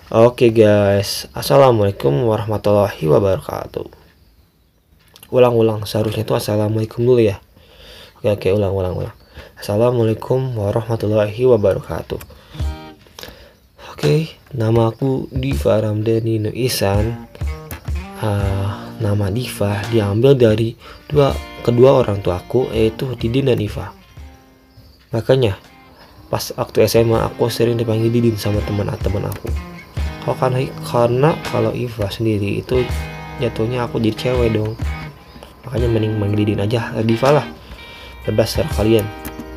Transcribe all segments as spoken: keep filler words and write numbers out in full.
Oke guys, assalamualaikum warahmatullahi wabarakatuh. Ulang-ulang, seharusnya itu assalamualaikum dulu ya. Oke oke, ulang-ulang ulang. Assalamualaikum warahmatullahi wabarakatuh. Oke, nama aku Diva Ramdhani Nur Ihsan. Uh, nama Diva diambil dari dua kedua orang tuaku, yaitu Didin dan Iva. Makanya pas waktu S M A aku sering dipanggil Didin sama teman-teman aku. Kalau karena, karena kalau Iva sendiri itu jatuhnya aku jadi cewek dong. Makanya mending manggil Didin aja, Diva lah. Bebas serah kalian.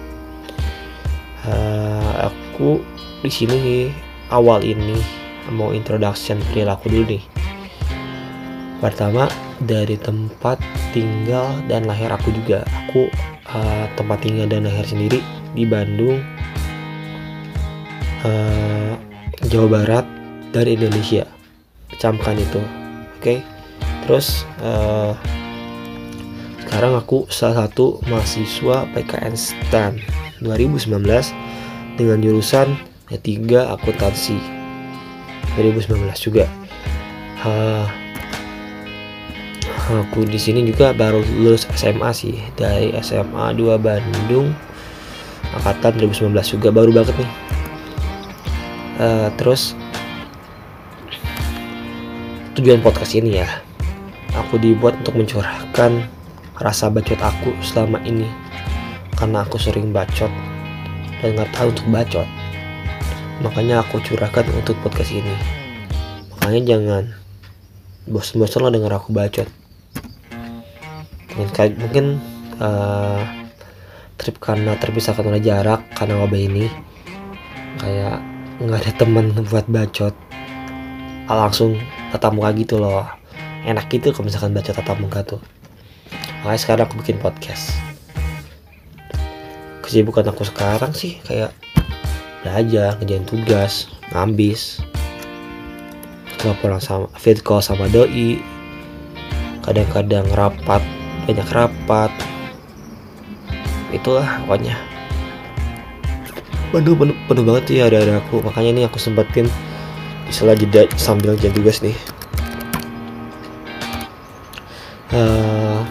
Uh, aku di sini awal ini mau introduction perilaku dulu nih. Pertama dari tempat tinggal dan lahir aku juga. Aku uh, tempat tinggal dan lahir sendiri di Bandung, uh, Jawa Barat dari Indonesia. Camkan itu, oke? Okay? Terus uh, sekarang aku salah satu mahasiswa P K N STAN dua ribu sembilan belas dengan jurusan D tiga akuntansi dua ribu sembilan belas juga. Uh, aku di sini juga baru lulus S M A sih, dari S M A dua Bandung angkatan dua ribu sembilan belas juga, baru banget nih. Uh, terus tujuan podcast ini ya, aku dibuat untuk mencurahkan rasa bacot aku selama ini, karena aku sering bacot dan nggak tahu untuk bacot. Makanya aku curahkan untuk podcast ini. Makanya jangan bosan-bosan lo denger aku bacot. Mungkin, mungkin uh, trip karena terpisahkan oleh jarak karena wabah ini, kayak nggak ada teman buat bacot langsung tatap muka gitu loh. Enak gitu kalau misalkan bacot tatap muka tuh. Makanya sekarang aku bikin podcast. Kesibukan aku sekarang sih kayak belajar, ngerjain tugas, ngambis, laporan sama feed call sama doi, kadang-kadang rapat, banyak rapat, itulah pokoknya penuh penuh, penuh banget sih hari-hari aku. Makanya nih aku sempetin setelah jeda sambil ngerjain tugas nih. uh,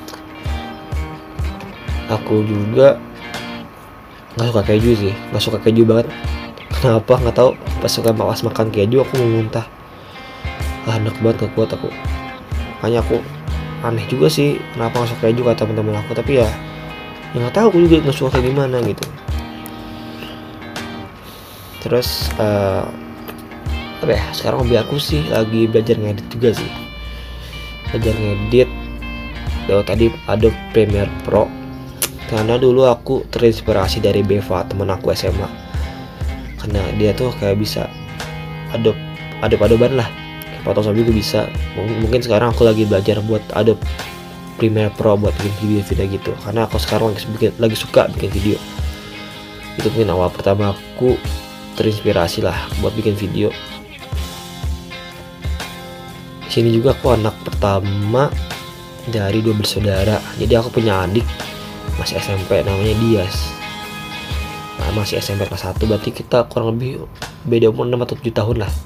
aku juga nggak suka keju sih, nggak suka keju banget. Kenapa nggak tahu, pas suka pas makan keju aku mau muntah. Ah, enak banget, nggak kuat aku. Makanya aku aneh juga sih kenapa nggak suka keju kata teman-teman aku, tapi ya ya nggak tahu, aku juga nggak suka kayak gimana gitu. Terus uh, apa ya, sekarang hobi aku sih lagi belajar ngedit juga sih, belajar ngedit. Dari tadi Adobe Premiere Pro, karena dulu aku terinspirasi dari Beva, teman aku S M A, karena dia tuh kayak bisa Adobe Adobe Adobean lah, kayak Photoshop juga bisa. Mungkin sekarang aku lagi belajar buat Adobe Premiere Pro buat bikin video-video gitu, karena aku sekarang lagi, bikin, lagi suka bikin video. Itu mungkin awal pertama aku terinspirasi lah buat bikin video. Di sini juga aku anak pertama dari dua bersaudara, jadi aku punya adik masih S M P namanya Dias. Nah, masih S M P kelas satu, berarti kita kurang lebih beda umur enam atau tujuh tahun lah.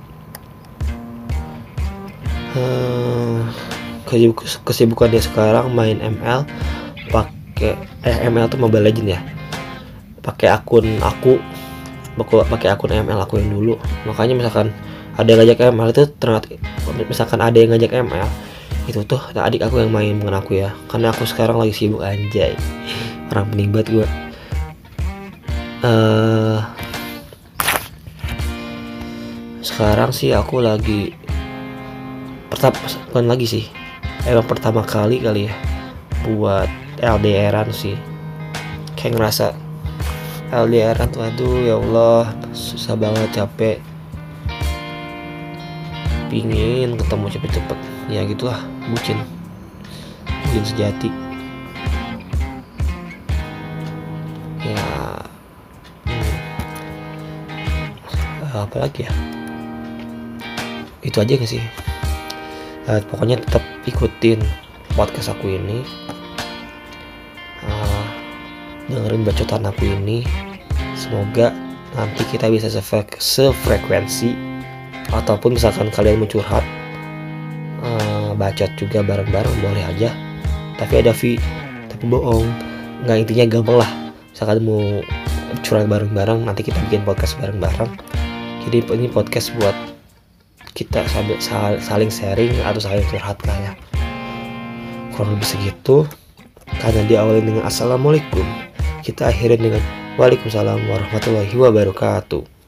Hmm, kesibukan dia sekarang main M L, pakai eh, M L tuh Mobile Legend ya. Pakai akun aku, pakai akun M L aku yang dulu. Makanya misalkan ada yang ngajak M L itu ternyata, misalkan ada yang ngajak M L itu tuh adik aku yang main, bukan aku ya, karena aku sekarang lagi sibuk. Anjay, orang pening banget gue. Uh, sekarang sih aku lagi pertama, bukan lagi sih, emang pertama kali kali ya buat L D R-an sih. Kayak ngerasa L D R-an tuh, aduh ya Allah, susah banget, capek, pingin ketemu cepet-cepet. Ya gitulah, bucin bucin sejati ya. hmm. Apa lagi ya, itu aja gak sih. Uh, pokoknya tetap ikutin podcast aku ini, uh, dengerin bacotan aku ini. Semoga nanti kita bisa sefrekuensi ataupun misalkan kalian mau curhat, uh, bacot juga bareng-bareng boleh aja, tapi ada fee, tapi bohong, nggak, intinya gampang lah. Misalkan mau curhat bareng-bareng, nanti kita bikin podcast bareng-bareng. Jadi ini podcast buat kita saling sharing atau saling curhat lah ya, kurang lebih segitu. Karena diawali dengan assalamualaikum, kita akhirin dengan waalaikumsalam warahmatullahi wabarakatuh.